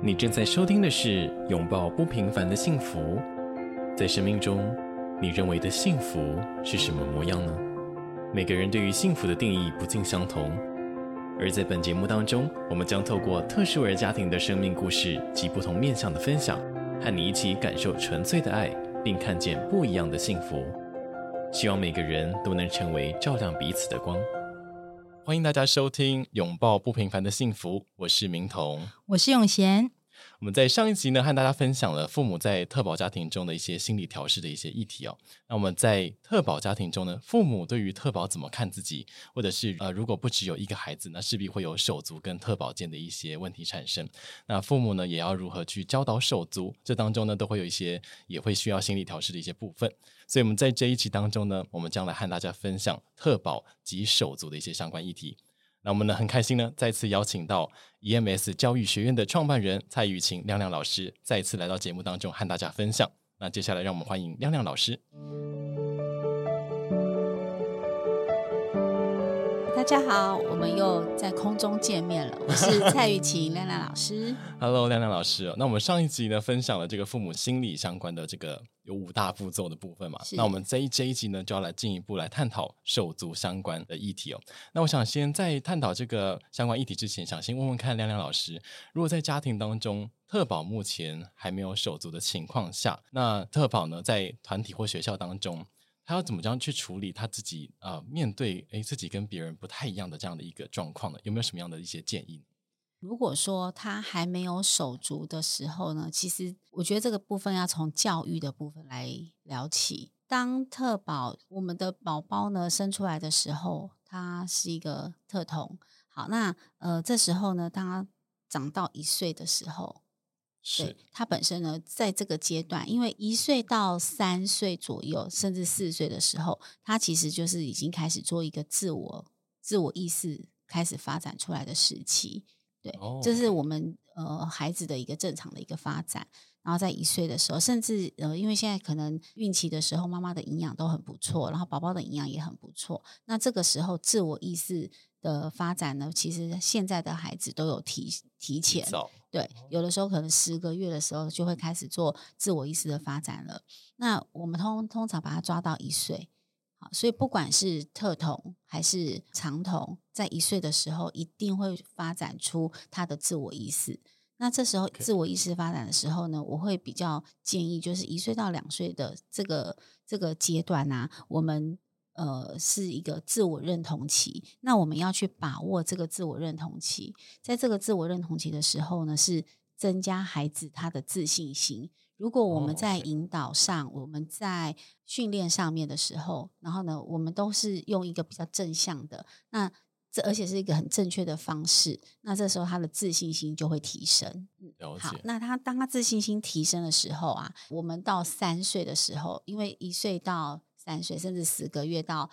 你正在收听的是《拥抱不平凡的幸福》。在生命中，你认为的幸福是什么模样呢？每个人对于幸福的定义不尽相同，而在本节目当中，我们将透过特殊儿家庭的生命故事及不同面向的分享，和你一起感受纯粹的爱，并看见不一样的幸福。希望每个人都能成为照亮彼此的光。欢迎大家收听《拥抱不平凡的幸福》，我是明彤， 我是永贤。 我们在上一集呢，和大家分享了父母在特保家庭中的一些心理调试的一些议题哦。那我们在特保家庭中呢，父母对于特保怎么看自己，或者是如果不只有一个孩子，那势必会有手足跟特保间的一些问题产生。那父母呢，也要如何去教导手足，这当中呢，都会有一些也会需要心理调试的一些部分。所以我们在这一集当中呢，我们将来和大家分享特保及手足的一些相关议题。那我们呢很开心呢，再次邀请到 EMS 教育学院的创办人蔡雨晴亮亮老师，再次来到节目当中和大家分享。那接下来让我们欢迎亮亮老师。 大家好，我们又在空中见面了，我是蔡雨晴亮亮老师。 Hello， 亮亮老师。那我们上一集呢分享了这个父母心理相关的这个有5大步骤的部分嘛，那我们这一集呢就要来进一步来探讨手足相关的议题哦。那我想先在探讨这个相关议题之前，想先问问看亮亮老师，如果在家庭当中特保目前还没有手足的情况下，那特保呢在团体或学校当中，他要怎么样去处理他自己面对自己跟别人不太一样的这样的一个状况呢？有没有什么样的一些建议？ 如果说他还没有手足的时候呢，其实我觉得这个部分要从教育的部分来聊起。当特保我们的宝宝呢生出来的时候，他是一个特童。好，那这时候呢，当他长到1岁的时候，对，他本身呢在这个阶段，因为1岁到3岁左右甚至4岁的时候，他其实就是已经开始做一个自我意识开始发展出来的时期。对，这是我们孩子的一个正常的一个发展。然后在1岁的时候，甚至因为现在可能孕期的时候妈妈的营养都很不错，然后宝宝的营养也很不错，那这个时候自我意识的发展呢，其实现在的孩子都有提前，对，有的时候可能10个月的时候就会开始做自我意识的发展了。那我们通常把它抓到1岁。好，所以不管是特童还是常童，在1岁的时候一定会发展出他的自我意识。那这时候自我意识发展的时候呢，我会比较建议就是1岁到2岁的这个阶段啊，我们是一个自我认同期。那我们要去把握这个自我认同期，在这个自我认同期的时候呢，是增加孩子他的自信心。如果我们在引导上，我们在训练上面的时候，然后呢，我们都是用一个比较正向的，那而且是一个很正确的方式，那这时候他的自信心就会提升。好，那当他自信心提升的时候啊，我们到3岁的时候，因为1岁到3岁，甚至10个月到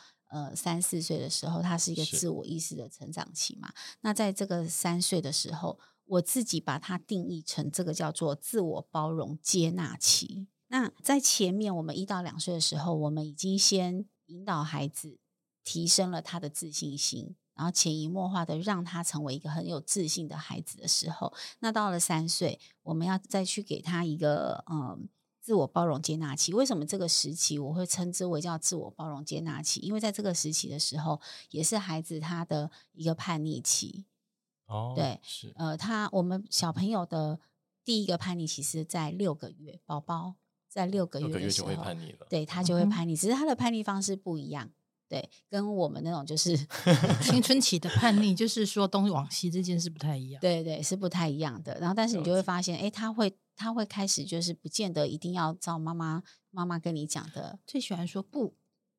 3、4岁的时候，它是一个自我意识的成长期嘛。那在这个3岁的时候，我自己把它定义成这个叫做自我包容接纳期。那在前面我们1到2岁的时候，我们已经先引导孩子提升了他的自信心，然后潜移默化的让他成为一个很有自信的孩子的时候，那到了3岁，我们要再去给他一个自我包容接纳期。为什么这个时期我会称之为叫自我包容接纳期？因为在这个时期的时候，也是孩子他的一个叛逆期。对， 是我们小朋友的第一个叛逆期是在6个月，宝宝在6个月的时候就会叛逆了， 对，他就会叛逆，只是他的叛逆方式不一样。对，跟我们那种就是青春期的叛逆，就是说东往西这件事不太一样。 对对，是不太一样的。然后，但是你就会发现，他会开始就是不见得一定要照妈妈跟你讲的。 最喜欢说不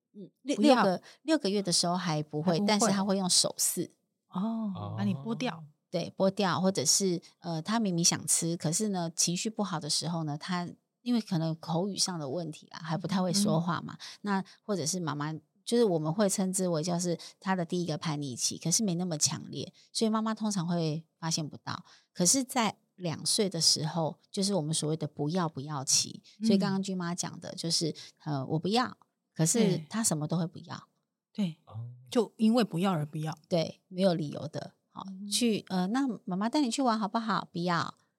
，6个月的时候还不会，但是他会用手势把你拨掉。 对，拨掉，或者是他明明想吃，可是呢情绪不好的时候呢，他因为可能口语上的问题啦，还不太会说话嘛，那或者是妈妈。就是我们会称之为就是他的第一个叛逆期，可是没那么强烈，所以妈妈通常会发现不到。可是在2岁的时候，就是我们所谓的不要期，所以刚刚君妈讲的就是我不要，可是他什么都会不要。 对，就因为不要而不要。 对，没有理由的。好，去那妈妈带你去玩好不好？不要。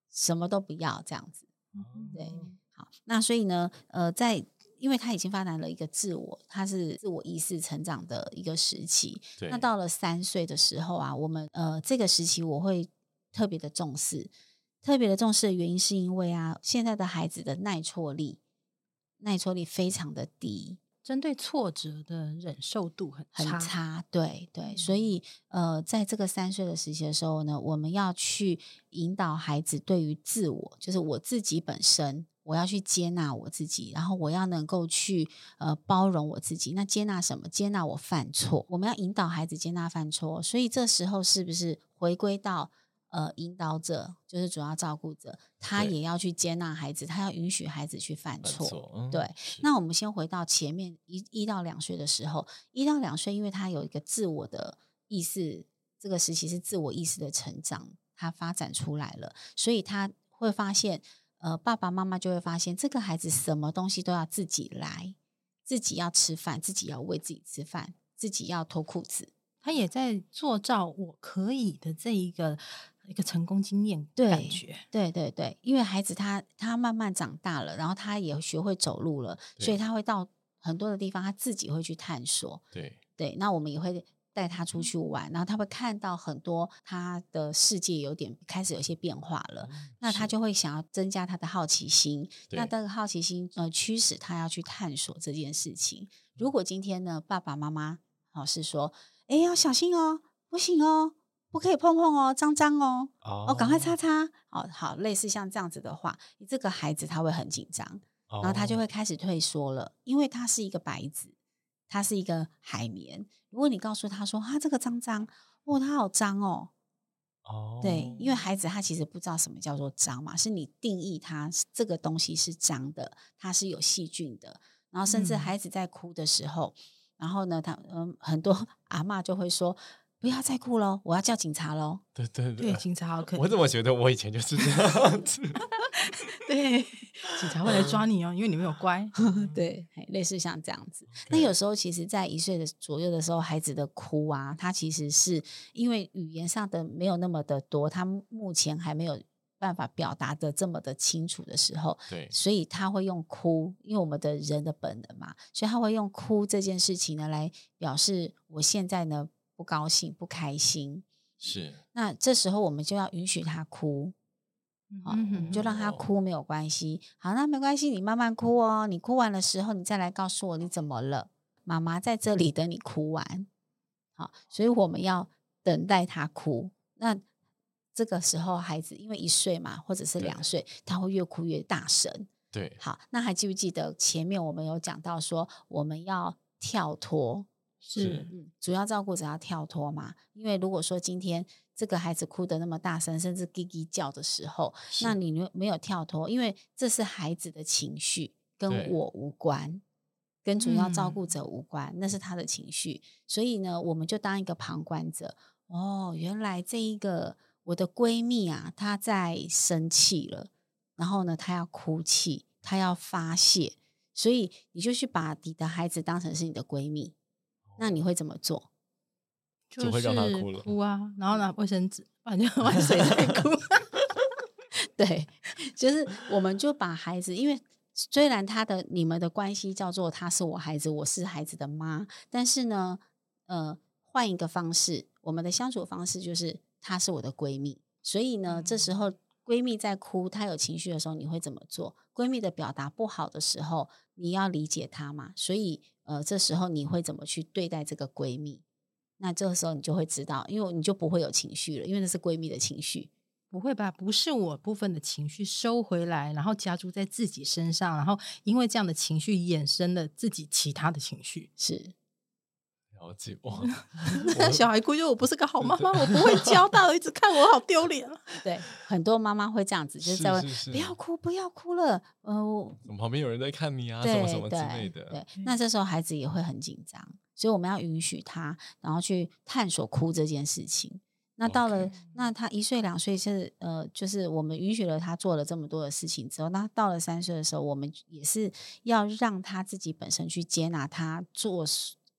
什么都不要这样子。对， 嗯好，那所以呢，因为他已经发展了一个自我，他是自我意识成长的一个时期。 对那到了3岁的时候啊，我们这个时期我会特别的重视，特别的重视的原因是因为啊，现在的孩子的耐挫力非常的低， 针对挫折的忍受度很很差。 差，对对，所以在这个3岁的时期的时候呢，我们要去引导孩子对于自我，就是我自己本身，我要去接纳我自己，然后我要能够去包容我自己。那接纳什么？接纳我犯错，我们要引导孩子接纳犯错。所以这时候是不是回归到引导者，就是主要照顾者，他对也要去接纳孩子，他要允许孩子去犯错。对， 是那我们先回到前面1到2岁的时候，1到2岁，因为他有一个自我的意识，这个时期是自我意识的成长，他发展出来了，所以他会发现，爸爸妈妈就会发现，这个孩子什么东西都要自己来，自己要吃饭，自己要喂自己吃饭，自己要脱裤子。 他也在做到我可以的这一个成功经验感觉。 对对对，因为孩子他慢慢长大了，然后他也学会走路了，所以他会到很多的地方，他自己会去探索。对，那我们也会带他出去玩，然后他会看到很多他的世界开始有些变化了，那他就会想要增加他的好奇心。那这个好奇心驱使他要去探索这件事情。如果今天呢，爸爸妈妈是说，要小心哦，不行哦，不可以碰碰哦，脏脏哦，赶快擦擦。好，类似像这样子的话，这个孩子他会很紧张，然后他就会开始退缩了，因为他是一个白纸，他是一个海绵。如果你告诉他说这个脏脏，他好脏哦。对，因为孩子他其实不知道什么叫做脏嘛，是你定义他这个东西是脏的，它是有细菌的。然后甚至孩子在哭的时候，然后呢，很多阿嬷就会说，不要再哭咯，我要叫警察咯。 对对对，警察好可怜。 我怎么觉得我以前就是这样子？ 对，警察会来抓你哦，因为你没有乖。 对，类似像这样子。那有时候其实在1岁的左右的时候，孩子的哭啊，他其实是因为语言上的没有那么的多，他目前还没有办法表达的这么的清楚的时候， 对， 所以他会用哭，因为我们的人的本能嘛，所以他会用哭这件事情呢来表示我现在呢不高兴、不开心。 是， 那这时候我们就要允许他哭。你就让他哭没有关系。好，那没关系，你慢慢哭哦。你哭完的时候，你再来告诉我你怎么了。妈妈在这里等你哭完。好，所以我们要等待他哭。那这个时候孩子因为1岁嘛，或者是2岁，他会越哭越大声。 对， 好，那还记不记得前面我们有讲到说我们要跳脱？ 是， 主要照顾者要跳脱嘛，因为如果说今天这个孩子哭得那么大声，甚至叽叽叫的时候，那你没有跳脱，因为这是孩子的情绪，跟我无关，跟主要照顾者无关，那是他的情绪，所以呢，我们就当一个旁观者。原来这一个我的闺蜜啊，她在生气了，然后呢，她要哭泣，她要发泄，所以你就去把你的孩子当成是你的闺蜜。那你会怎么做？ 就会让他哭了， 哭啊，然后拿卫生纸，不然就玩水再哭。 对，就是我们就把孩子，因为虽然你们的关系叫做他是我孩子，我是孩子的妈，但是呢，换一个方式，我们的相处方式就是她是我的闺蜜，所以呢，这时候闺蜜在哭，她有情绪的时候，你会怎么做？闺蜜的表达不好的时候，你要理解她嘛，所以这时候你会怎么去对待这个闺蜜？那这个时候你就会知道，因为你就不会有情绪了，因为那是闺蜜的情绪。 不会吧？不是我部分的情绪收回来，然后加注在自己身上，然后因为这样的情绪衍生了自己其他的情绪。 是。 了解哇！ 小孩哭，因为我不是个好妈妈，我不会教，大家一直看我好丢脸。 对，很多妈妈会这样子，就是在问不要哭，不要哭了。 旁边有人在看你啊，什么什么之类的。 对，那这时候孩子也会很紧张，所以我们要允许他，然后去探索哭这件事情。那到了那他1岁2岁是就是我们允许了他做了这么多的事情之后，那到了3岁的时候，我们也是要让他自己本身去接纳他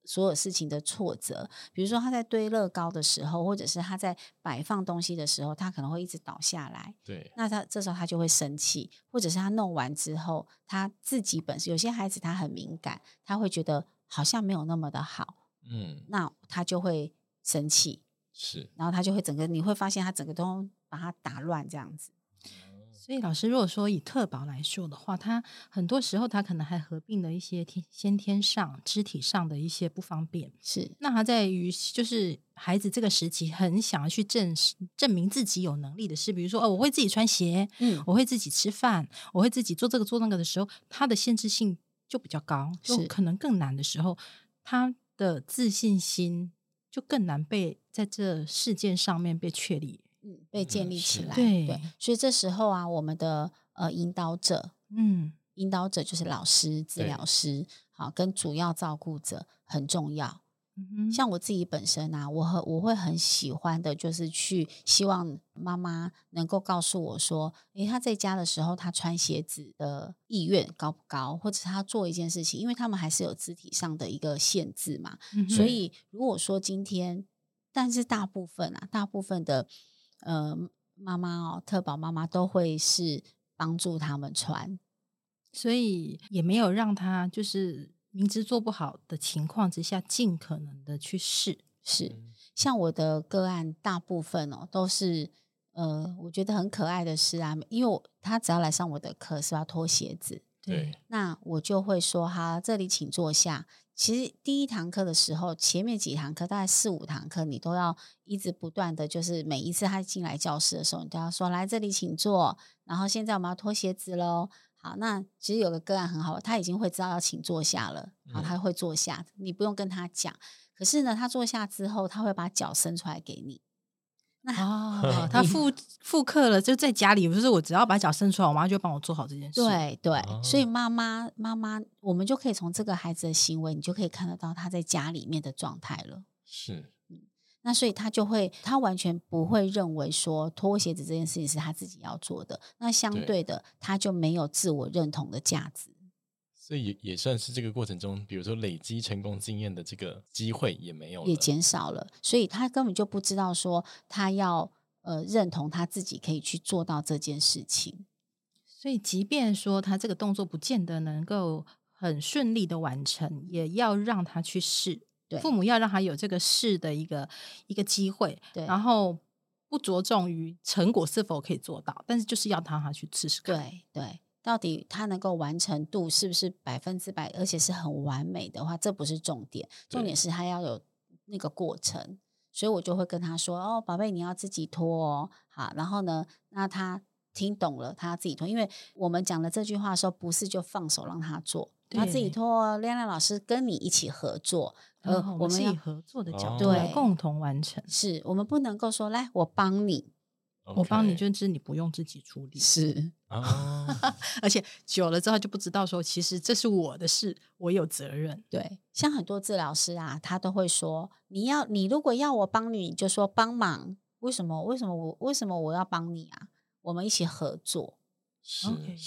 所有事情的挫折，比如说他在堆乐高的时候，或者是他在摆放东西的时候，他可能会一直倒下来。 对， 那他这时候他就会生气，或者是他弄完之后，他自己本身有些孩子他很敏感，他会觉得好像没有那么的好，那他就会生气， 是， 然后他就会你会发现他整个都把他打乱这样子。 所以老师如果说以特保来说的话，他很多时候他可能还合并了一些先天上肢体上的一些不方便， 是， 那他在于就是孩子这个时期很想要去证明自己有能力的事，比如说我会自己穿鞋，我会自己吃饭，我会自己做这个做那个的时候，他的限制性就比较高，就可能更难的时候，他的自信心就更难被在这事件上面被确立。 被建立起来。 对， 所以这时候啊，我们的引导者，引导者就是老师、治疗师，好，跟主要照顾者很重要。像我自己本身啊，我会很喜欢的，就是去希望妈妈能够告诉我说，他在家的时候，他穿鞋子的意愿高不高，或者他做一件事情，因为他们还是有肢体上的一个限制嘛。所以如果说今天，但是大部分的妈妈特保妈妈都会是帮助他们穿， 所以也没有让他就是明知做不好的情况之下，尽可能的去试。 是，像我的个案，大部分都是我觉得很可爱的是啊，因为他只要来上我的课是要脱鞋子， 对， 那我就会说好，这里请坐下。其实第一堂课的时候，前面几堂课大概4-5堂课，你都要一直不断的，就是每一次他进来教室的时候，你都要说来这里请坐，然后现在我们要脱鞋子咯。好，那其实有个个案很好，他已经会知道要请坐下了，好，他会坐下，你不用跟他讲。可是呢，他坐下之后，他会把脚伸出来给你。 他复刻了，就在家里，不是我只要把脚伸出来，我妈就帮我做好这件事。 对，所以妈妈，我们就可以从这个孩子的行为，你就可以看得到他在家里面的状态了。 是， 那所以他完全不会认为说脱鞋子这件事情是他自己要做的，那相对的，他就没有自我认同的价值。 所以也算是这个过程中，比如说累积成功经验的这个机会也没有了， 也减少了，所以他根本就不知道说他要认同他自己可以去做到这件事情。 所以即便说他这个动作不见得能够很顺利的完成，也要让他去试。 对， 父母要让他有这个试的一个机会， 对， 然后不着重于成果是否可以做到，但是就是要他去试试看。 对。到底他能够完成度是不是100%，而且是很完美的话，这不是重点，重点是他要有那个过程。所以我就会跟他说：“哦，宝贝，你要自己脱哦。”好，然后呢，那他听懂了，他要自己脱。因为我们讲了这句话的时候，不是就放手让他做，他自己脱。亮亮老师跟你一起合作， 我们是以合作的角度对来共同完成。 是我们不能够说来我帮你。 我帮你，就是你不用自己处理， 是而且久了之后就不知道说，其实这是我的事，我有责任。 对，像很多治疗师啊，他都会说，你如果要我帮你，就说帮忙。为什么我要帮你啊？我们一起合作。 是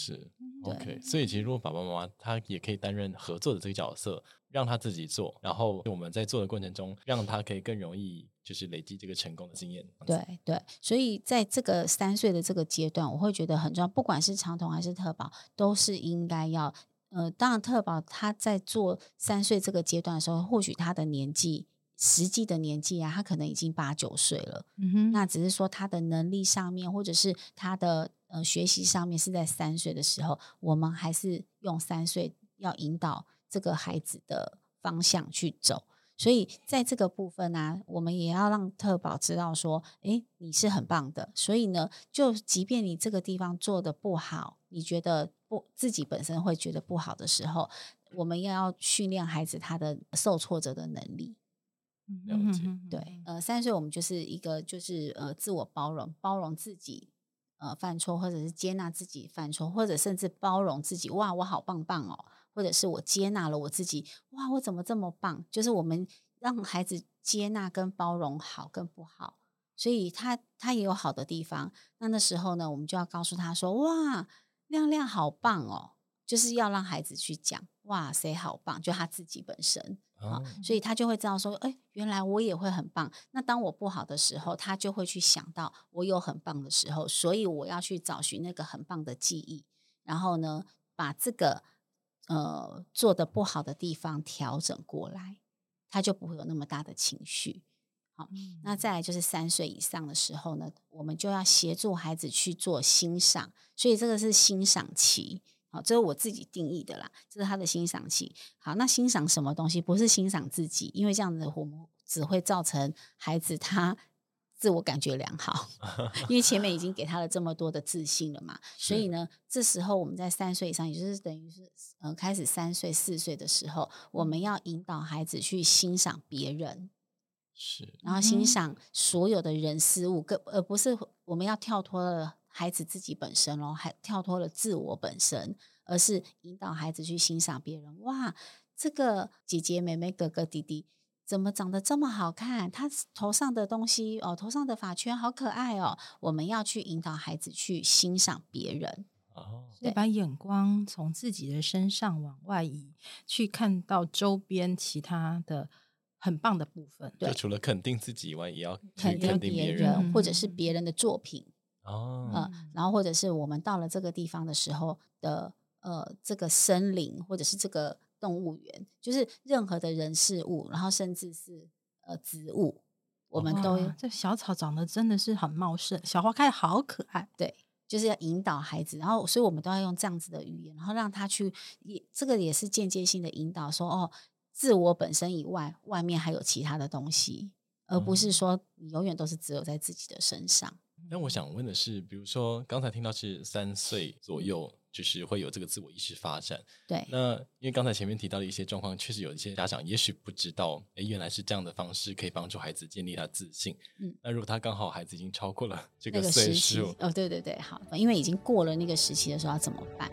OK， 所以其实如果爸爸妈妈他也可以担任合作的这个角色，让他自己做，然后我们在做的过程中，让他可以更容易就是累积这个成功的经验。 对，所以在这个3岁的这个阶段，我会觉得很重要，不管是长童还是特保，都是应该要当然特保他在做3岁这个阶段的时候，或许他的年纪实际的年纪啊，他可能已经8、9岁了，那只是说他的能力上面，或者是他的学习上面是在3岁的时候，我们还是用3岁要引导这个孩子的方向去走。所以在这个部分啊，我们也要让特保知道说，你是很棒的。所以呢，就即便你这个地方做的不好，你觉得自己本身会觉得不好的时候，我们要训练孩子他的受挫折的能力。 了解， 对，3岁我们就是一个就是自我包容自己犯错，或者是接纳自己犯错，或者甚至包容自己，哇，我好棒棒哦，或者是我接纳了我自己，哇，我怎么这么棒？就是我们让孩子接纳跟包容好跟不好，所以他也有好的地方。那时候呢，我们就要告诉他说，哇，亮亮好棒哦，就是要让孩子去讲，哇，谁好棒？就他自己本身。 所以他就会知道说，原来我也会很棒。那当我不好的时候，他就会去想到我有很棒的时候，所以我要去找寻那个很棒的记忆，然后呢，把这个做的不好的地方调整过来，他就不会有那么大的情绪。好，那再来就是3岁以上的时候呢，我们就要协助孩子去做欣赏，所以这个是欣赏期。好，这是我自己定义的啦，这是他的欣赏期。好，那欣赏什么东西？不是欣赏自己，因为这样子我们只会造成孩子他自我感觉良好，因为前面已经给他了这么多的自信了嘛。所以呢，这时候我们在3岁以上，也就是等于是开始3岁4岁的时候，我们要引导孩子去欣赏别人。 是， 然后欣赏所有的人事物，而不是我们要跳脱了孩子自己本身咯，还跳脱了自我本身，而是引导孩子去欣赏别人。哇，这个姐姐妹妹哥哥弟弟怎么长得这么好看，他头上的东西头上的发圈好可爱哦。我们要去引导孩子去欣赏别人， 所以把眼光从自己的身上往外移，去看到周边其他的很棒的部分。 对，除了肯定自己以外，也要肯定别人，或者是别人的作品。然后或者是我们到了这个地方的时候的这个森林，或者是这个动物园，就是任何的人事物，然后甚至是植物，我们都这小草长得真的是很茂盛，小花开好可爱。 对，就是要引导孩子，然后所以我们都要用这样子的语言，然后让他去，这个也是间接性的引导说，自我本身以外，外面还有其他的东西，而不是说你永远都是只有在自己的身上。 那我想问的是，比如说刚才听到是3岁左右，就是会有这个自我意识发展。 对， 那因为刚才前面提到的一些状况，确实有一些家长也许不知道，原来是这样的方式可以帮助孩子建立他自信。那如果他刚好孩子已经超过了这个岁数， 对对对，好，因为已经过了那个时期的时候，要怎么办？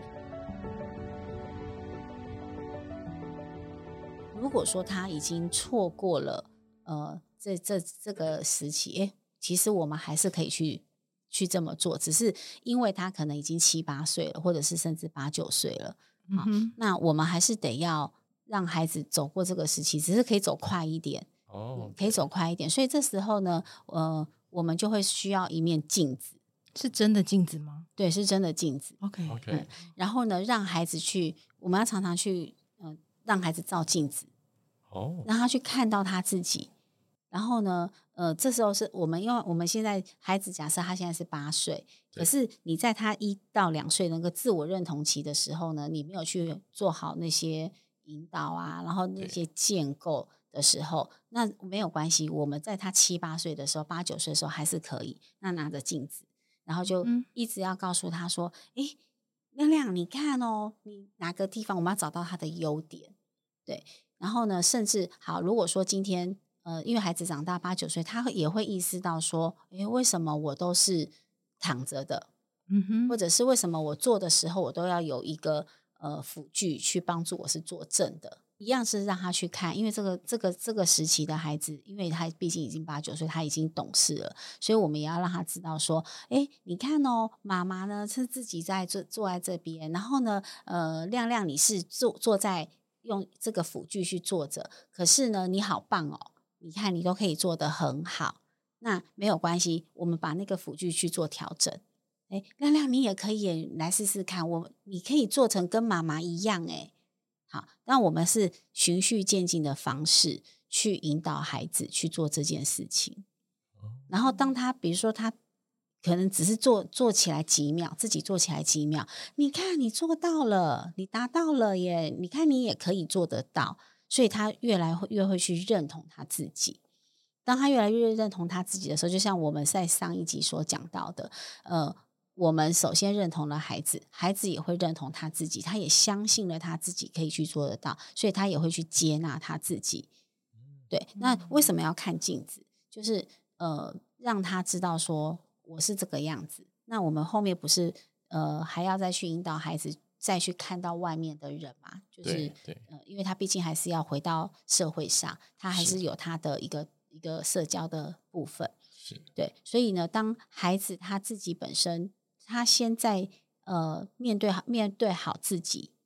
如果说他已经错过了这个时期，其实我们还是可以去这么做，只是因为他可能已经7、8岁了，或者是甚至8、9岁了，那我们还是得要让孩子走过这个时期，只是可以走快一点，可以走快一点。所以这时候呢，我们就会需要一面镜子。 是真的镜子吗？ 对，是真的镜子。 OK， 然后呢，让孩子我们要常常去让孩子照镜子，让他去看到他自己。然后呢，这时候是因为我们现在孩子假设他现在是8岁，可是你在他1到2岁那个自我认同期的时候呢，你没有去做好那些引导啊，然后那些建构的时候，那没有关系。我们在他7、8岁的时候，8、9岁的时候还是可以。那拿着镜子，然后就一直要告诉他说：“亮亮，你看哦，你哪个地方我们要找到他的优点。”对，然后呢，甚至好，如果说今天因为孩子长大8、9岁，他也会意识到说，为什么我都是躺着的，或者是为什么我坐的时候我都要有一个辅具去帮助我是坐正的。一样是让他去看，因为这个时期的孩子，因为他毕竟已经8、9岁，他已经懂事了，所以我们也要让他知道说，你看哦，妈妈呢是自己坐在这边，然后呢，亮亮你是坐在用这个辅具去坐着，可是呢，你好棒哦，你看你都可以做得很好，那没有关系，我们把那个辅具去做调整。亮亮你也可以来试试看，你可以做成跟妈妈一样好，那我们是循序渐进的方式去引导孩子去做这件事情。然后当他比如说他可能只是做起来几秒，自己做起来几秒，你看你做到了，你达到了耶，你看你也可以做得到，所以他越来越会去认同他自己。当他越来越认同他自己的时候，就像我们在上一集所讲到的，我们首先认同了孩子，孩子也会认同他自己，他也相信了他自己可以去做得到，所以他也会去接纳他自己。对，那为什么要看镜子？就是让他知道说我是这个样子。那我们后面不是还要再去引导孩子再去看到外面的人嘛？就是因为他毕竟还是要回到社会上，他还是有他的一个社交的部分。对，所以呢，当孩子他自己本身他先在面对好自己，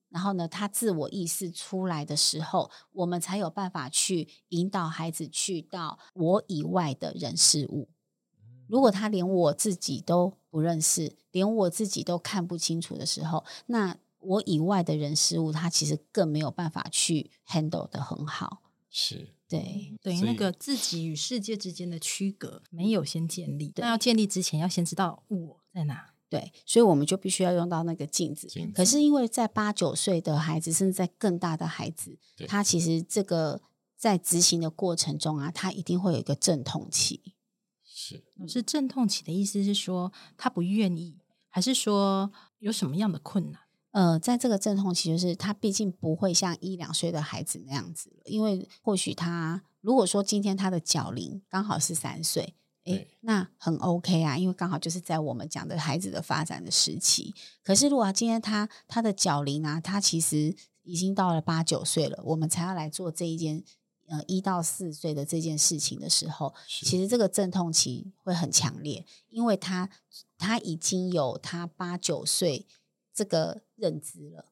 然后呢他自我意识出来的时候，我们才有办法去引导孩子去到我以外的人事物。如果他连我自己都不认识，连我自己都看不清楚的时候，那我以外的人事物他其实更没有办法去 handle 得很好。 是， 对， 等于那个自己与世界之间的区隔没有先建立，那要建立之前要先知道我在哪。 对，所以我们就必须要用到那个镜子。可是因为在8、9岁的孩子，甚至在更大的孩子，他其实这个在执行的过程中啊，他一定会有一个阵痛期。 是阵痛期的意思是说他不愿意，还是说有什么样的困难？ 在这个阵痛期，就是他毕竟不会像1、2岁的孩子那样子了，因为或许他如果说今天他的角龄刚好是3岁，那很 OK 啊，因为刚好就是在我们讲的孩子的发展的时期。可是如果今天他的角龄啊，他其实已经到了8、9岁了，我们才要来做这一件1到4岁的这件事情的时候，其实这个阵痛期会很强烈，因为他已经有他8、9岁这个认知了。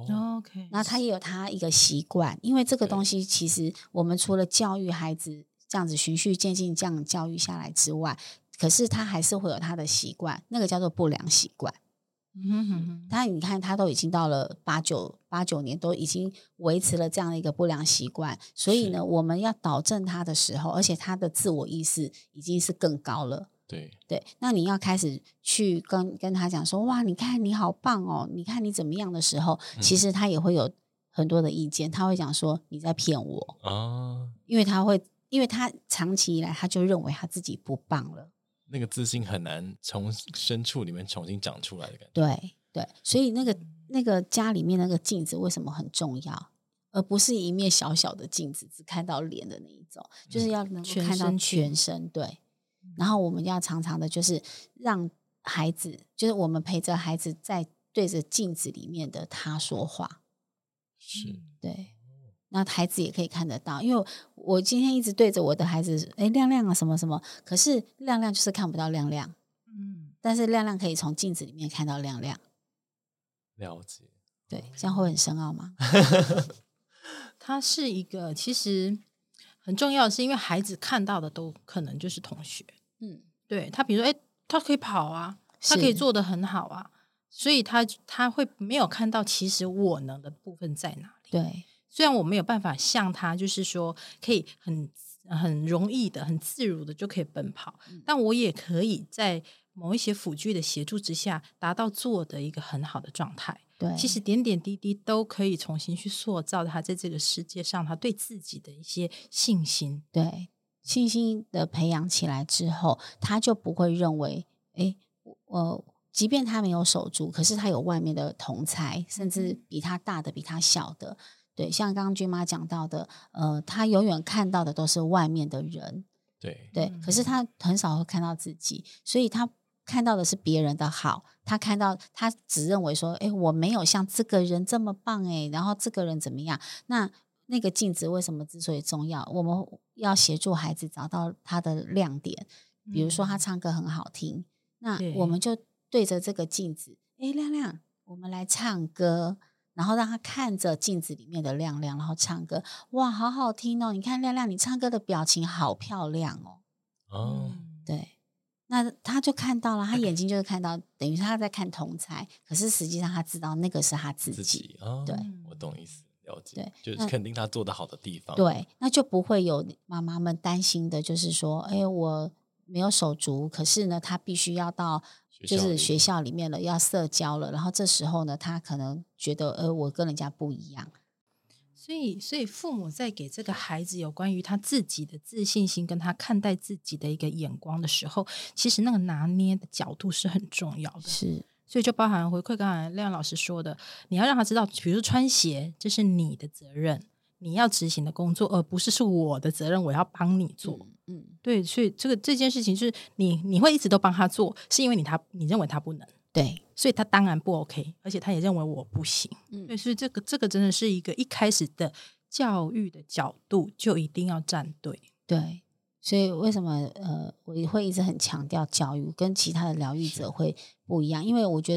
OK， 那他也有他一个习惯，因为这个东西其实我们除了教育孩子这样子循序渐进这样教育下来之外，可是他还是会有他的习惯，那个叫做不良习惯。你看他都已经到了8、9年，都已经维持了这样的一个不良习惯，所以呢我们要导正他的时候，而且他的自我意识已经是更高了。对，那你要开始去跟他讲说，哇，你看你好棒哦，你看你怎么样的时候，其实他也会有很多的意见，他会讲说你在骗我啊，因为他长期以来他就认为他自己不棒了， 那个自信很难从深处里面重新长出来的感觉。对，所以那个家里面那个镜子为什么很重要，而不是一面小小的镜子只看到脸的那一种，就是要能够看到全身。对。然后我们要常常的就是让孩子，就是我们陪着孩子在对着镜子里面的他说话。对，那孩子也可以看得到，因为我今天一直对着我的孩子亮亮啊什么什么，可是亮亮就是看不到亮亮，但是亮亮可以从镜子里面看到亮亮。 了解。 对，这样会很深奥吗？ 它是一个其实很重要的是，因为孩子看到的都可能就是同学，对，他比如说他可以跑啊，他可以做得很好啊，所以他会没有看到其实我能的部分在哪里。 对， 虽然我没有办法像他就是说可以很容易的很自如的就可以奔跑，但我也可以在某一些辅具的协助之下达到做的一个很好的状态。 对， 其实点点滴滴都可以重新去塑造他在这个世界上他对自己的一些信心。 对，信心的培养起来之后，他就不会认为即便他没有手足，可是他有外面的同侪，甚至比他大的比他小的。对，像刚刚君妈讲到的他永远看到的都是外面的人。对，可是他很少会看到自己，所以他看到的是别人的好，他只认为说我没有像这个人这么棒然后这个人怎么样。那个镜子为什么之所以重要，我们要协助孩子找到他的亮点，比如说他唱歌很好听，那我们就对着这个镜子亮亮我们来唱歌，然后让他看着镜子里面的亮亮，然后唱歌，哇好好听哦，你看亮亮你唱歌的表情好漂亮哦。对，那他就看到了，他眼睛就是看到，等于他在看同侪，可是实际上他知道那个是他自己。对， 我懂意思，了解。 对， 就是肯定他做得好的地方。 对，那就不会有妈妈们担心的，就是说我没有手足，可是呢他必须要到就是学校里面了，要社交了，然后这时候呢他可能觉得我跟人家不一样。 所以父母在给这个孩子有关于他自己的自信心跟他看待自己的一个眼光的时候，其实那个拿捏的角度是很重要的。 是， 所以就包含回馈刚才亮老师说的，你要让他知道，比如说穿鞋这是你的责任，你要执行的工作，而不是我的责任，我要帮你做。对，所以这件事情就是你会一直都帮他做，是因为你认为他不能。 对， 所以他当然不 OK， 而且他也认为我不行。对，所以这个真的是一个一开始的教育的角度就一定要站对。 对，所以为什么我会一直很强调教育跟其他的疗愈者会不一样，因为我觉得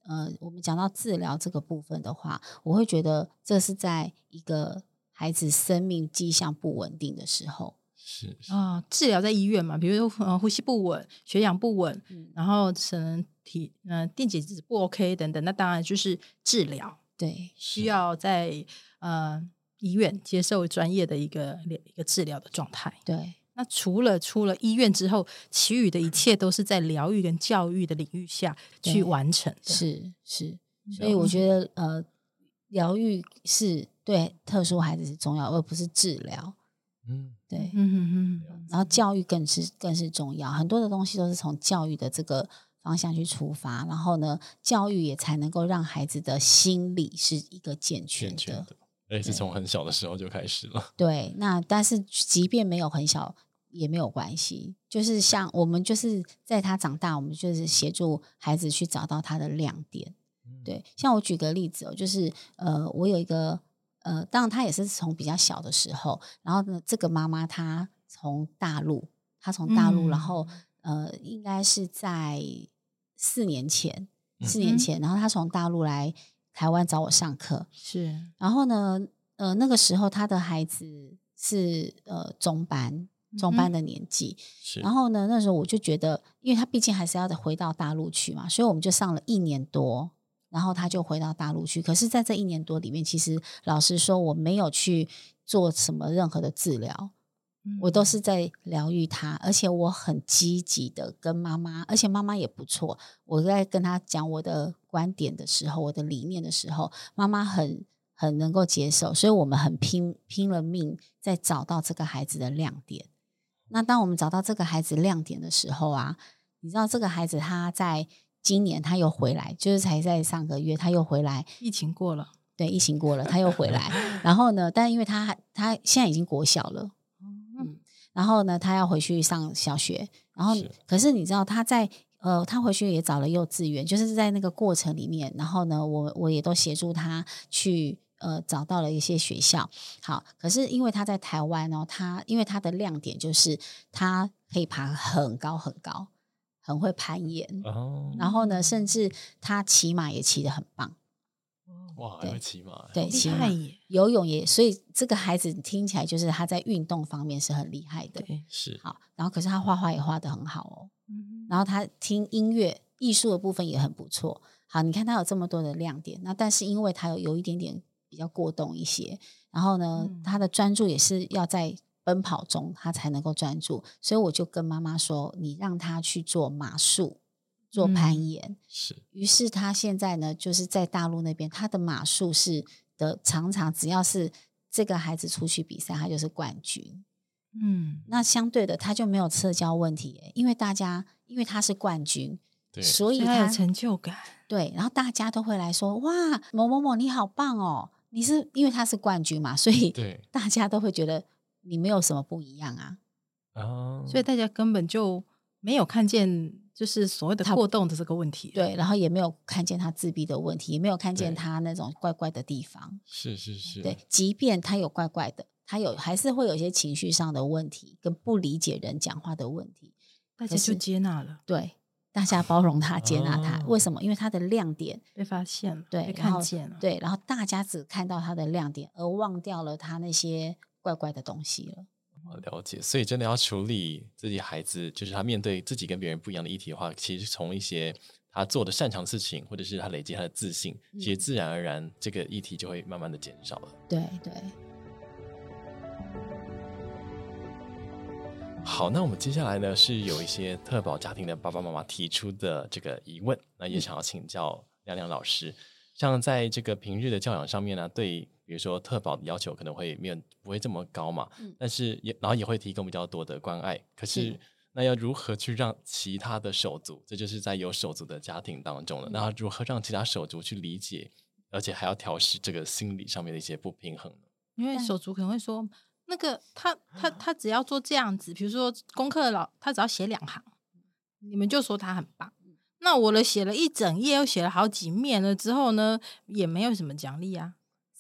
我们讲到治疗这个部分的话，我会觉得这是在一个孩子生命迹象不稳定的时候。 是治疗在医院嘛，比如说呼吸不稳、血氧不稳，然后可能电解质不 OK 等等，那当然就是治疗。 对， 需要在医院接受专业的一个治疗的状态。 对， 那除了医院之后，其余的一切都是在疗愈跟教育的领域下去完成的。 是，所以我觉得疗愈是对特殊孩子是重要，而不是治疗。对，然后教育更是重要，很多的东西都是从教育的这个方向去出发，然后呢，教育也才能够让孩子的心理是一个健全的， 而且是从很小的时候就开始了。 对，那但是即便没有很小也没有关系，就是像我们就是在他长大，我们就是协助孩子去找到他的亮点。对，像我举个例子就是我有一个当然他也是从比较小的时候，然后呢，这个妈妈她从大陆，然后应该是在4年前，然后她从大陆来台湾找我上课， 是， 然后呢，那个时候她的孩子是中班的年纪，然后呢，那时候我就觉得，因为他毕竟还是要回到大陆去嘛，所以我们就上了1年多。然后他就回到大陆去，可是在这1年多里面，其实老实说我没有去做什么任何的治疗，我都是在疗愈他，而且我很积极的跟妈妈，而且妈妈也不错，我在跟他讲我的观点的时候，我的理念的时候，妈妈很能够接受，所以我们很拼了命在找到这个孩子的亮点。那当我们找到这个孩子亮点的时候啊，你知道这个孩子他在今年他又回来，就是才在上个月他又回来， 疫情过了， 对，疫情过了他又回来然后呢，但因为他现在已经国小了，然后呢他要回去上小学，然后可是你知道他在他回去也找了幼稚园，就是在那个过程里面，然后呢我也都协助他去找到了一些学校。好，可是因为他在台湾因为他的亮点就是他可以爬很高很高，很会攀岩，然后呢，甚至他骑马也骑得很棒。 哇，还会骑马？ 对，骑马，游泳也，所以这个孩子听起来就是他在运动方面是很厉害的。 是。 好，然后可是他画画也画得很好哦。然后他听音乐、艺术的部分也很不错。好，你看他有这么多的亮点，那但是因为他有一点点比较过动一些，然后呢，他的专注也是要在奔跑中他才能够专注，所以我就跟妈妈说，你让他去做马术，做攀岩。 是。 于是他现在呢，就是在大陆那边，他的马术是常常只要是这个孩子出去比赛，他就是冠军。那相对的他就没有社交问题，因为他是冠军，所以他有成就感。 对，然后大家都会来说，哇，某某某你好棒哦，你是因为他是冠军嘛，所以大家都会觉得你没有什么不一样啊。 所以大家根本就没有看见就是所谓的过动的这个问题。 对，然后也没有看见他自闭的问题，也没有看见他那种怪怪的地方。 是。 对，即便他有怪怪的，他还是会有一些情绪上的问题跟不理解人讲话的问题， 大家就接纳了。 对，大家包容他，接纳他。为什么？因为他的亮点被发现了， 对， 被看见了。 对，然后大家只看到他的亮点，而忘掉了他那些怪怪的东西了。 了解，所以真的要处理自己孩子，就是他面对自己跟别人不一样的议题的话，其实从一些他做的擅长的事情，或者是他累积他的自信，其实自然而然这个议题就会慢慢的减少了。 对。 好，那我们接下来呢是有一些特保家庭的爸爸妈妈提出的这个疑问，那也想要请教亮亮老师。像在这个平日的教养上面呢，对比如说特保的要求可能会不会这么高嘛，但是然后也会提供比较多的关爱，可是那要如何去让其他的手足，这就是在有手足的家庭当中了，那如何让其他手足去理解，而且还要调试这个心理上面的一些不平衡呢？ 因为手足可能会说，那个他只要做这样子，比如说功课他只要写2行，你们就说他很棒。那我写了1整页，又写了好几面了之后呢，也没有什么奖励啊。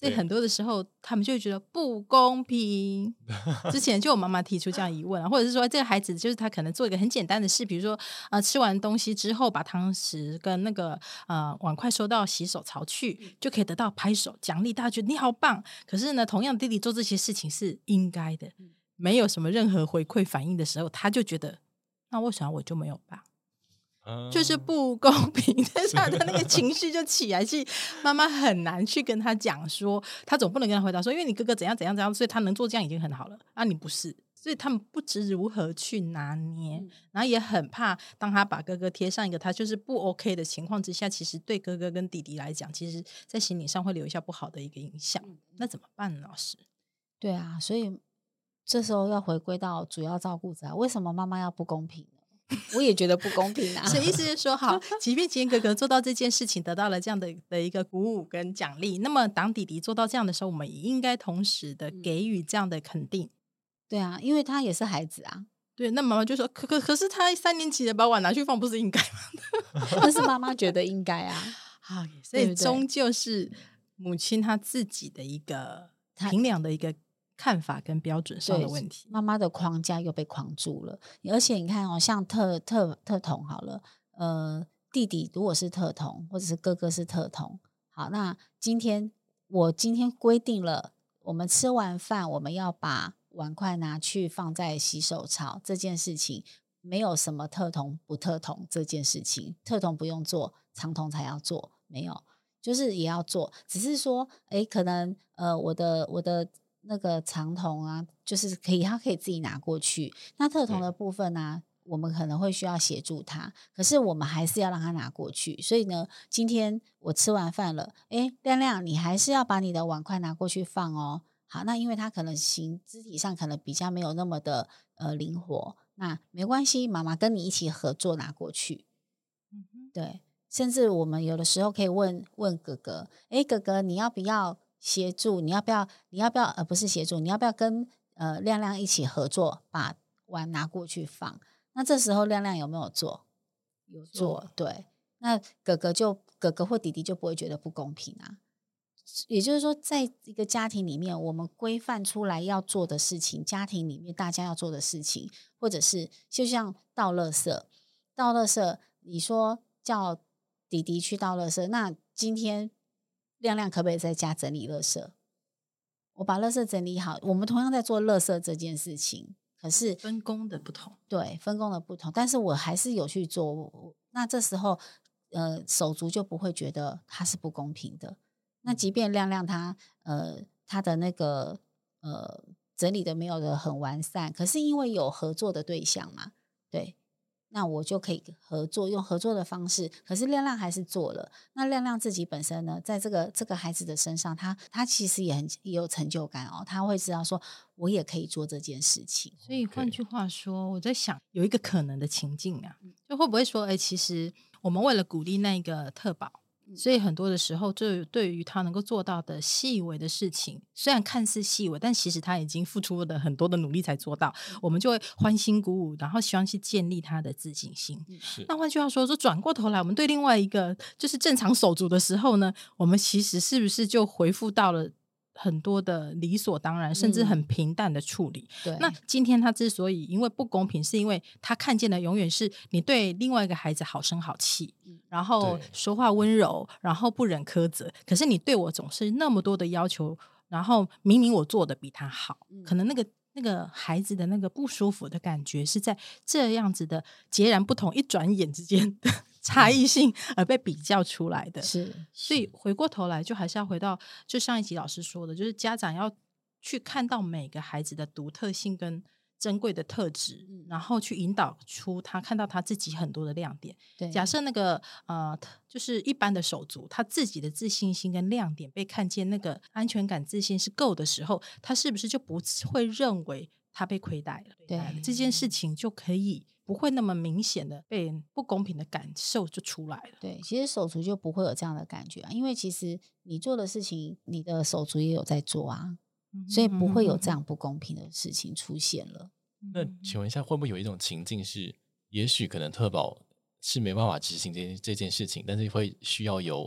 所以很多的时候他们就会觉得不公平。之前就有妈妈提出这样疑问啊，或者是说这个孩子就是他可能做一个很简单的事，比如说吃完东西之后把汤匙跟那个碗筷收到洗手槽去，就可以得到拍手奖励，大家觉得你好棒。可是呢，同样弟弟做这些事情是应该的，没有什么任何回馈反应的时候，他就觉得那为什么我就没有吧？就是不公平，但是他的那个情绪就起来，去妈妈很难去跟他讲说，他总不能跟他回答说，因为你哥哥怎样怎样怎样，所以他能做这样已经很好了啊，你不是，所以他们不知如何去拿捏，然后也很怕当他把哥哥贴上一个他就是不 OK 的情况之下，其实对哥哥跟弟弟来讲，其实在心理上会留下不好的一个影响。那怎么办呢，老师？ 对啊，所以这时候要回归到主要照顾者，为什么妈妈要不公平呢？我也觉得不公平啊。 所以意思是说，好，即便今天哥哥做到这件事情得到了这样的一个鼓舞跟奖励，那么当弟弟做到这样的时候，我们也应该同时的给予这样的肯定。 对啊，因为他也是孩子啊。 对，那妈妈就说可是他3年级的把碗拿去放不是应该吗？ 但是妈妈觉得应该啊。 好，所以终究是母亲她自己的一个评量的一个看法跟标准上的问题， 妈妈的框架又被框住了。而且你看像特童好了，弟弟如果是特童，或者是哥哥是特童，好，那我今天规定了，我们吃完饭我们要把碗筷拿去放在洗手槽这件事情，没有什么特童不特童这件事情，特童不用做，常童才要做，没有，就是也要做，只是说，可能我的那个长童啊，就是他可以自己拿过去。那特童的部分呢，我们可能会需要协助他，可是我们还是要让他拿过去。所以呢，今天我吃完饭了，亮亮，你还是要把你的碗筷拿过去放哦。好，那因为他可能肢体上可能比较没有那么的灵活，那没关系，妈妈跟你一起合作拿过去。对，甚至我们有的时候可以问哥哥，哥哥你要不要协助？你要不要不是协助，你要不要跟亮亮一起合作把碗拿过去放？那这时候亮亮有没有做？有做，对。那哥哥或弟弟就不会觉得不公平啊。也就是说，在一个家庭里面，我们规范出来要做的事情，家庭里面大家要做的事情，或者是就像倒垃圾，你说叫弟弟去倒垃圾，那今天亮亮可不可以在家整理垃圾？我把垃圾整理好，我们同样在做垃圾这件事情，可是分工的不同， 对，分工的不同，但是我还是有去做，那这时候手足就不会觉得他是不公平的。那即便亮亮他的那个整理的没有的很完善，可是因为有合作的对象嘛，对，那我就可以用合作的方式，可是亮亮还是做了。那亮亮自己本身呢，在这个孩子的身上，他其实也有成就感哦，他会知道说我也可以做这件事情。 所以换句话说，我在想有一个可能的情境啊，就会不会说，其实我们为了鼓励那个特宝，所以很多的时候，就对于他能够做到的细微的事情，虽然看似细微，但其实他已经付出了很多的努力才做到，我们就会欢欣鼓舞，然后希望去建立他的自信心。那换句话说，转过头来，我们对另外一个就是正常手足的时候呢，我们其实是不是就回复到了很多的理所当然，甚至很平淡的处理。 对， 那今天他之所以因为不公平，是因为他看见的永远是你对另外一个孩子好声好气，然后说话温柔，然后不忍苛责，可是你对我总是那么多的要求，然后明明我做的比他好，可能那个孩子的那个不舒服的感觉是在这样子的截然不同一转眼之间的差异性而被比较出来的。 是， 所以回过头来就还是要回到就上一集老师说的，就是家长要去看到每个孩子的独特性跟珍贵的特质，然后去引导出他看到他自己很多的亮点。 对， 假设那个就是一般的手足，他自己的自信心跟亮点被看见，那个安全感自信是够的时候，他是不是就不会认为他被亏待了？ 对， 这件事情就可以不会那么明显的被不公平的感受就出来了。 对，其实手足就不会有这样的感觉啊，因为其实你做的事情，你的手足也有在做啊，所以不会有这样不公平的事情出现了。 那请问一下，会不会有一种情境是，也许可能特宝是没办法执行这件事情，但是会需要有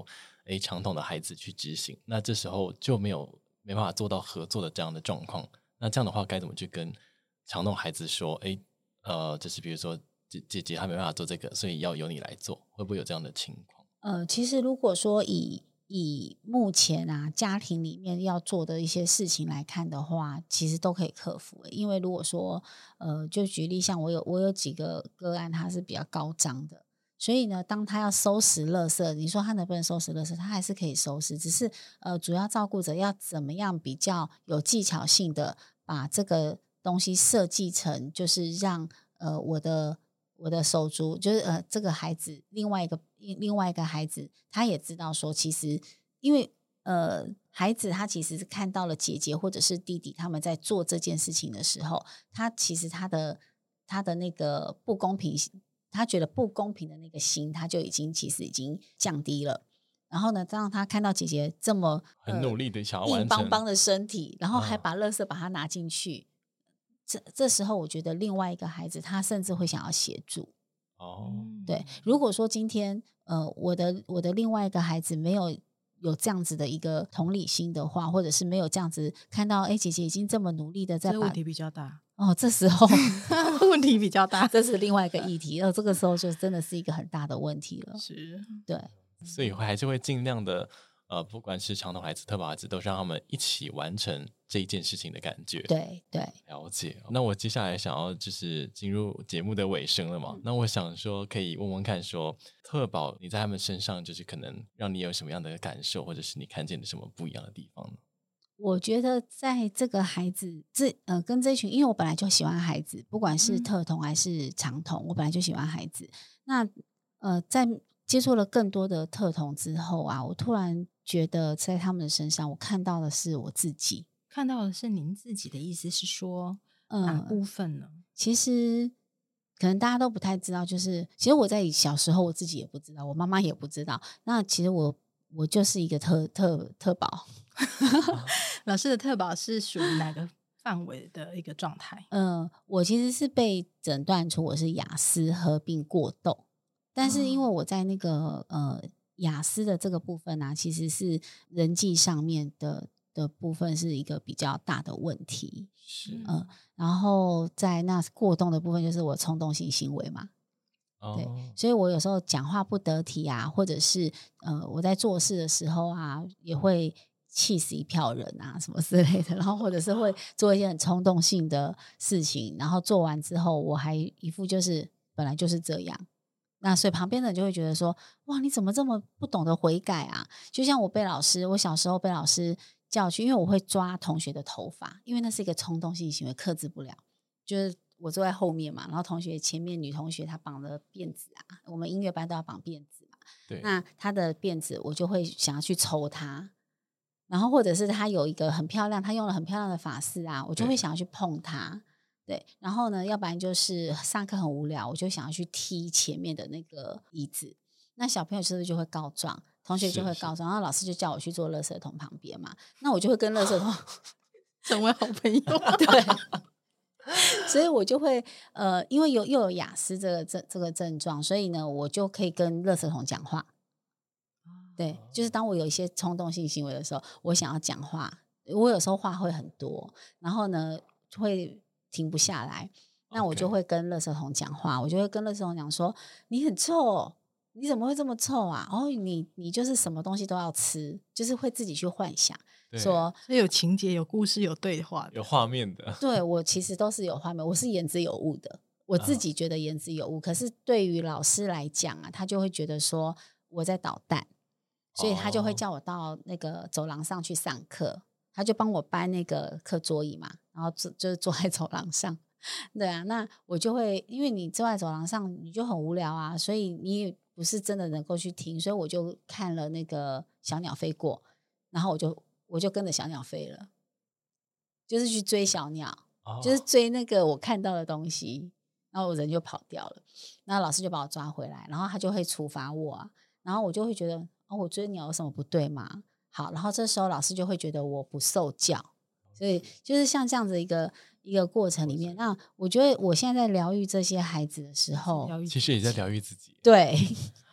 传统的孩子去执行，那这时候就没办法做到合作的这样的状况。那这样的话该怎么去跟传统孩子说就是比如说姐姐她没办法做这个，所以要由你来做，会不会有这样的情况？ 其实如果说以目前家庭里面要做的一些事情来看的话，其实都可以克服。因为如果说就举例，像我有几个个案，他是比较高张的，所以呢，当他要收拾垃圾，你说他能不能收拾垃圾，他还是可以收拾，只是主要照顾者要怎么样比较有技巧性的把这个东西设计成，就是让我的手足，就是这个孩子另外一个孩子，他也知道说，其实因为孩子他其实是看到了姐姐或者是弟弟他们在做这件事情的时候，他其实他的那个不公平，他觉得不公平的那个心，他就其实已经降低了。然后呢，让他看到姐姐这么很努力的想要完成硬邦邦的身体，然后还把垃圾把它拿进去。这时候我觉得另外一个孩子他甚至会想要协助。对，如果说今天我的另外一个孩子没有这样子的一个同理心的话，或者是没有这样子看到姐姐已经这么努力的在把， 这问题比较大这时候问题比较大， 这是另外一个议题，这个时候就真的是一个很大的问题了。 是， 对， 所以还是会尽量的不管是传统孩子特宝孩子，都是让他们一起完成这一件事情的感觉。 对， 了解。那我接下来想要就是进入节目的尾声了嘛，那我想说可以问问看说，特宝你在他们身上就是可能让你有什么样的感受，或者是你看见的什么不一样的地方呢？ 我觉得在这个孩子跟这群，因为我本来就喜欢孩子，不管是特童还是长童，我本来就喜欢孩子。那在接触了更多的特童之后我突然觉得在他们的身上，我看到的是我自己。 看到的是您自己的意思是说哪部分呢？ 其实可能大家都不太知道，就是其实我在小时候我自己也不知道，我妈妈也不知道。那其实我就是一个特宝。 老师的特宝是属于哪个范围的一个状态？ 我其实是被诊断出我是亚斯合并过动，但是因为我在那个亚斯的这个部分其实是人际上面的部分是一个比较大的问题。 是然后在那过动的部分就是我冲动性行为嘛。对，所以我有时候讲话不得体或者是我在做事的时候也会气死一票人什么之类的，然后或者是会做一些很冲动性的事情，然后做完之后我还一副就是本来就是这样。那所以旁边的人就会觉得说，哇，你怎么这么不懂得悔改就像我小时候被老师叫去，因为我会抓同学的头发，因为那是一个冲动性行为，克制不了。就是我坐在后面嘛，然后同学前面女同学她绑了辫子我们音乐班都要绑辫子嘛。 对， 那她的辫子我就会想要去抽她，然后或者是她有一个很漂亮，她用了很漂亮的发饰我就会想要去碰她。对，然后呢，要不然就是上课很无聊，我就想要去踢前面的那个椅子。那小朋友是不是就会告状？同学就会告状，然后老师就叫我去坐垃圾桶旁边嘛。那我就会跟垃圾桶成为好朋友。 对，所以我就会因为又有亚斯这个症状，所以呢，我就可以跟垃圾桶讲话。对，就是当我有一些冲动性行为的时候，我想要讲话，我有时候话会很多，然后呢会停不下来，那我就会跟垃圾桶讲话，我就会跟垃圾桶讲说，你很臭，你怎么会这么臭你就是什么东西都要吃，就是会自己去幻想说， 所以有情节有故事有对话有画面的。 对，我其实都是有画面，我是言之有物的，我自己觉得言之有物，可是对于老师来讲他就会觉得说我在捣蛋，所以他就会叫我到那个走廊上去上课，他就帮我搬那个课桌椅嘛，然后就是坐在走廊上。对那我就会，因为你坐在走廊上你就很无聊所以你也不是真的能够去听，所以我就看了那个小鸟飞过，然后我就跟着小鸟飞了，就是去追小鸟，就是追那个我看到的东西，然后我人就跑掉了，然后老师就把我抓回来，然后他就会处罚我然后我就会觉得我追鸟有什么不对吗？好，然后这时候老师就会觉得我不受教，所以就是像这样子一个过程里面，那我觉得我现在在疗愈这些孩子的时候， 其实也在疗愈自己。 对，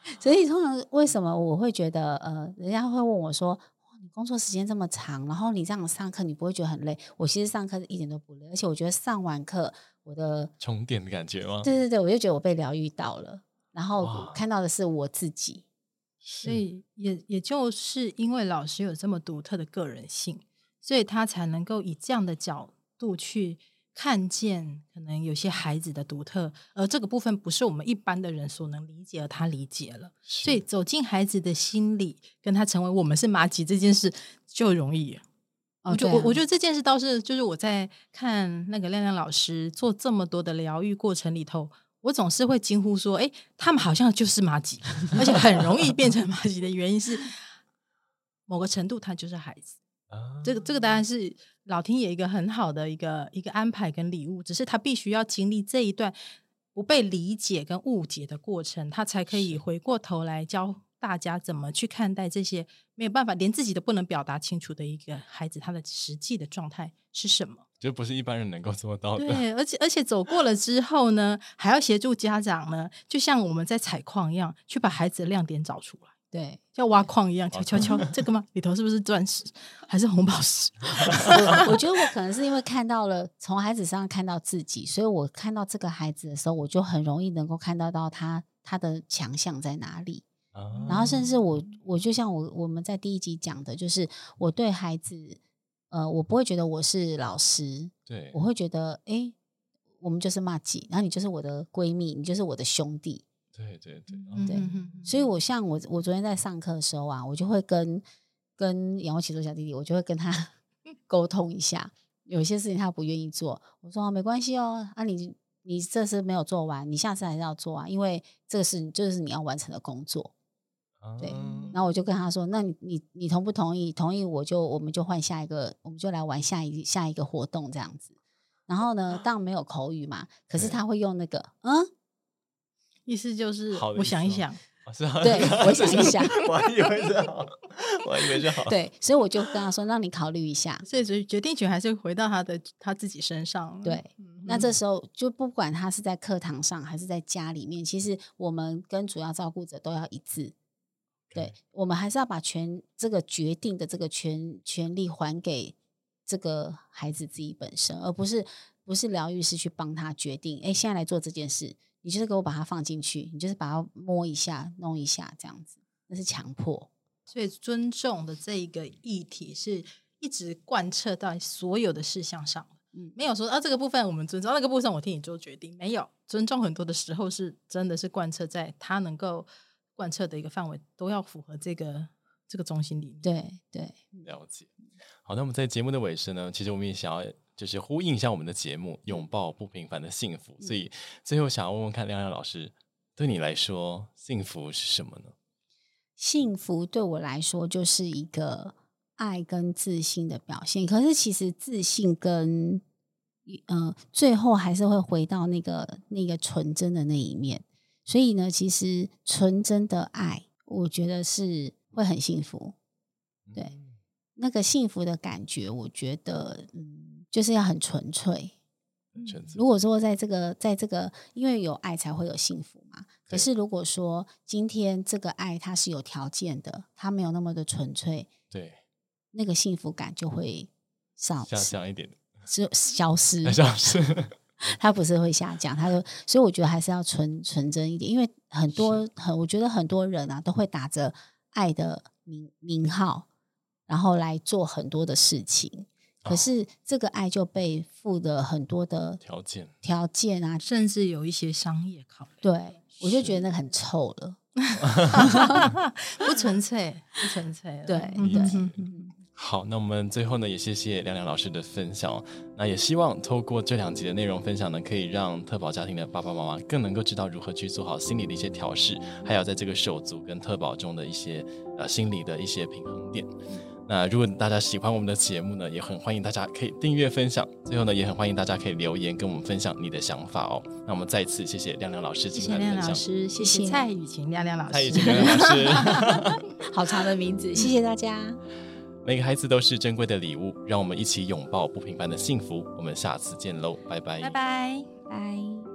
所以通常为什么我会觉得人家会问我说你工作时间这么长，然后你这样上课你不会觉得很累？我其实上课一点都不累，而且我觉得上完课我的充电的感觉吗？ 对对对，我就觉得我被疗愈到了，然后看到的是我自己。 所以也就是因为老师有这么独特的个人性，所以他才能够以这样的角度去看见可能有些孩子的独特，而这个部分不是我们一般的人所能理解，而他理解了，所以走进孩子的心里，跟他成为我们是麻吉这件事就容易了。我觉得这件事倒是就是我在看那个亮亮老师做这么多的疗愈过程里头，我总是会惊呼说他们好像就是麻吉而且很容易变成麻吉的原因是某个程度他就是孩子这个当然是老天爷一个很好的一个安排跟礼物，只是他必须要经历这一段不被理解跟误解的过程，他才可以回过头来教大家怎么去看待这些没有办法连自己都不能表达清楚的一个孩子，他的实际的状态是什么， 就不是一般人能够做到的。 对，而且走过了之后呢，还要协助家长呢，就像我们在采矿一样，去把孩子的亮点找出来。 对， 像挖矿一样，敲这个吗？里头是不是钻石还是红宝石？ 我觉得我可能是因为看到了从孩子身上看到自己，所以我看到这个孩子的时候，我就很容易能够看到他的强项在哪里。然后甚至我就像我们在第一集讲的，就是我对孩子我不会觉得我是老师， 对， 我会觉得我们就是麻吉，然后你就是我的闺蜜，你就是我的兄弟。 对对对对，所以我像我昨天在上课的时候啊，我就会跟仰卧起坐小弟弟，我就会跟他沟通一下，有一些事情他不愿意做，我说没关系哦，你这次没有做完，你下次还是要做啊，因为这是你要完成的工作。对，然后我就跟他说，那你同不同意？同意我们就换下一个，我们就来玩下一个活动这样子。然后呢，当然没有口语嘛，可是他会用那个意思就是我想一想， 对，我想一想， 我还以为是好，我还以为是好。 对，所以我就跟他说，让你考虑一下。 所以决定权还是回到他自己身上。 对，那这时候就不管他是在课堂上还是在家里面，其实我们跟主要照顾者都要一致。对，我们还是要把这个决定的这个权利还给这个孩子自己本身，而不是疗愈师去帮他决定。现在来做这件事，你就是给我把它放进去，你就是把它摸一下、弄一下，这样子，那是强迫。 所以尊重的这一个议题是一直贯彻到所有的事项上。没有说这个部分我们尊重，那个部分我替你做决定，没有。尊重很多的时候是真的是贯彻在他能够贯彻的一个范围，都要符合这个中心理念。 对对， 了解。好，那我们在节目的尾声呢，其实我们也想要就是呼应一下我们的节目，拥抱不平凡的幸福。所以最后想要问问看亮亮老师，对你来说幸福是什么呢？ 幸福对我来说就是一个爱跟自信的表现，可是其实自信跟最后还是会回到那个纯真的那一面。所以呢，其实纯真的爱，我觉得是会很幸福。对，那个幸福的感觉，我觉得就是要很纯粹。如果说在这个，因为有爱才会有幸福嘛。可是如果说今天这个爱它是有条件的，它没有那么的纯粹， 对， 那个幸福感就会下降一点， 是消失，它不是会下降，所以我觉得还是要纯真一点，因为我觉得很多人啊都会打着爱的名号，然后来做很多的事情。可是这个爱就被附了很多的条件啊， 甚至有一些商业考量。 对，我就觉得那个很臭了， 不纯粹了。 对对。 好，那我们最后呢，也谢谢亮亮老师的分享。那也希望透过这2集的内容分享呢，可以让特宝家庭的爸爸妈妈更能够知道如何去做好心理的一些调试，还有在这个手足跟特宝中的一些心理的一些平衡点。那如果大家喜欢我们的节目呢，也很欢迎大家可以订阅分享。最后呢，也很欢迎大家可以留言跟我们分享你的想法哦。那我们再一次谢谢亮亮老师今天的分享， 谢谢蔡雨晴亮亮老师， 蔡雨晴亮亮老师， 好长的名字，谢谢大家。 每个孩子都是珍贵的礼物，让我们一起拥抱不平凡的幸福。我们下次见喽，拜拜， 拜拜， 拜。